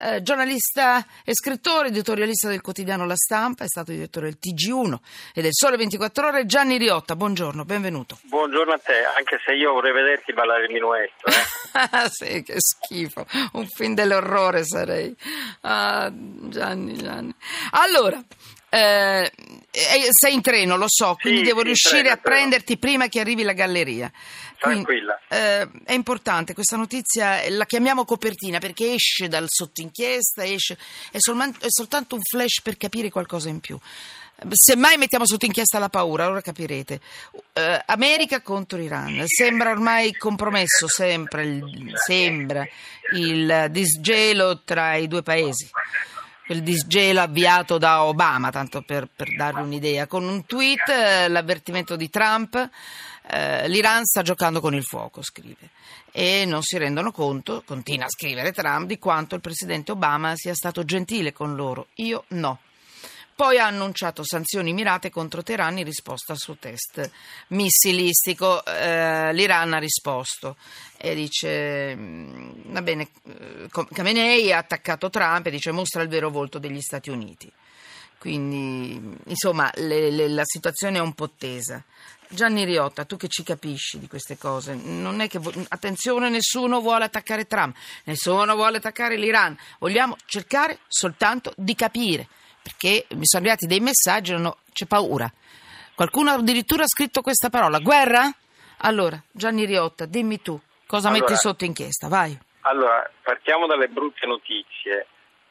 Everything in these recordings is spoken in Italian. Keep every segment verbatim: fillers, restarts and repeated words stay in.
eh, giornalista e scrittore, editorialista del quotidiano La Stampa, è stato direttore del T G uno e del Sole ventiquattro Ore. Gianni Riotta, buongiorno, benvenuto. Buongiorno a te, anche se io vorrei vederti ballare il minuetto. Eh? Sì, che schifo, un film dell'orrore sarei. Ah, Gianni, Gianni. Allora... Eh, sei in treno, lo so, quindi sì, devo sì, riuscire treno, a prenderti prima che arrivi la galleria. Quindi, tranquilla. Eh, è importante questa notizia, la chiamiamo copertina perché esce dal sottoinchiesta, esce, è, solman- è soltanto un flash per capire qualcosa in più. Se mai mettiamo sotto inchiesta la paura, allora capirete. Eh, America contro Iran, sembra ormai compromesso sempre il, sembra il disgelo tra i due paesi. Il disgelo avviato da Obama, tanto per, per darvi un'idea, con un tweet, eh, l'avvertimento di Trump, eh, l'Iran sta giocando con il fuoco, scrive, e non si rendono conto, continua a scrivere Trump, di quanto il presidente Obama sia stato gentile con loro. Io no. Poi ha annunciato sanzioni mirate contro Teheran in risposta al suo test missilistico. Eh, L'Iran ha risposto e dice, va bene, Khamenei ha attaccato Trump e dice mostra il vero volto degli Stati Uniti. Quindi, insomma, le, le, la situazione è un po' tesa. Gianni Riotta, tu che ci capisci di queste cose, non è che, attenzione, nessuno vuole attaccare Trump, nessuno vuole attaccare l'Iran, vogliamo cercare soltanto di capire. Perché mi sono arrivati dei messaggi, no, c'è paura. Qualcuno addirittura ha scritto questa parola, guerra? Allora, Gianni Riotta, dimmi tu, cosa allora, metti sotto inchiesta, vai. Allora, partiamo dalle brutte notizie.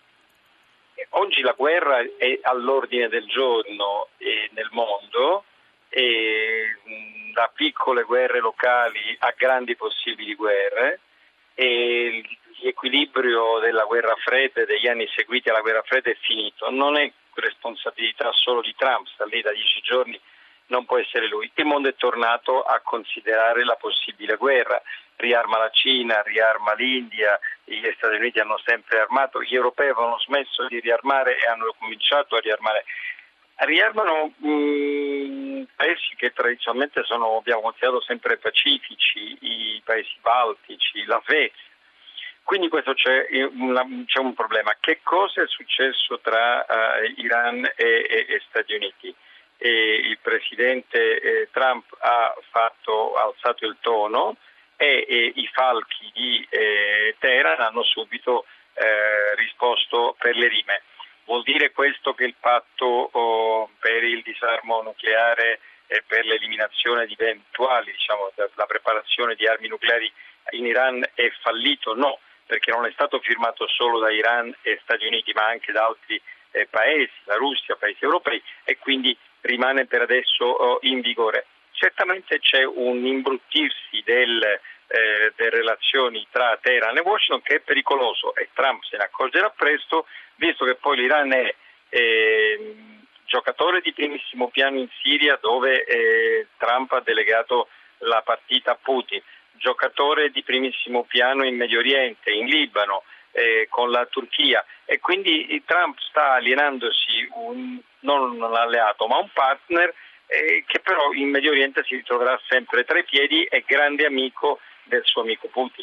Oggi la guerra è all'ordine del giorno eh, nel mondo, e, mh, da piccole guerre locali a grandi possibili guerre, e l'equilibrio della guerra fredda e degli anni seguiti alla guerra fredda è finito. Non è responsabilità solo di Trump, sta lì da dieci giorni, non può essere lui. Il mondo è tornato a considerare la possibile guerra. Riarma la Cina, riarma l'India, gli Stati Uniti hanno sempre armato, gli europei avevano smesso di riarmare e hanno cominciato a riarmare. Riarmano mh, paesi che tradizionalmente sono, abbiamo considerato sempre pacifici, i paesi baltici, la Svezia. Quindi questo c'è, una, c'è un problema. Che cosa è successo tra uh, Iran e, e, e Stati Uniti? E il presidente eh, Trump ha, fatto, ha alzato il tono e, e i falchi di eh, Teheran hanno subito eh, risposto per le rime. Vuol dire questo che il patto oh, per il disarmo nucleare e per l'eliminazione di eventuali, diciamo, la preparazione di armi nucleari in Iran è fallito? No, perché non è stato firmato solo da Iran e Stati Uniti, ma anche da altri eh, paesi, la Russia, paesi europei, e quindi rimane per adesso oh, in vigore. Certamente c'è un imbruttirsi del, eh, delle relazioni tra Teheran e Washington che è pericoloso, e Trump se ne accorgerà presto, visto che poi l'Iran è eh, giocatore di primissimo piano in Siria, dove eh, Trump ha delegato la partita a Putin, giocatore di primissimo piano in Medio Oriente, in Libano, eh, con la Turchia, e quindi Trump sta alienandosi un, non un alleato ma un partner eh, che però in Medio Oriente si ritroverà sempre tra i piedi, e grande amico del suo amico Putin.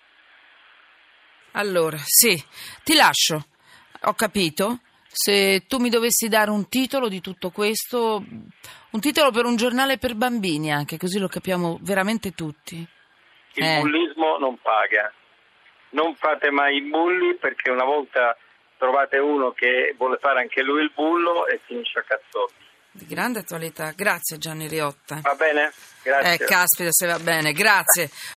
Allora, sì, ti lascio, ho capito. Se tu mi dovessi dare un titolo di tutto questo, un titolo per un giornale per bambini anche, così lo capiamo veramente tutti. Il eh. bullismo non paga. Non fate mai i bulli, perché una volta trovate uno che vuole fare anche lui il bullo e finisce a cazzotti. Di grande attualità. Grazie Gianni Riotta. Va bene? Grazie. Eh, caspita se va bene, grazie.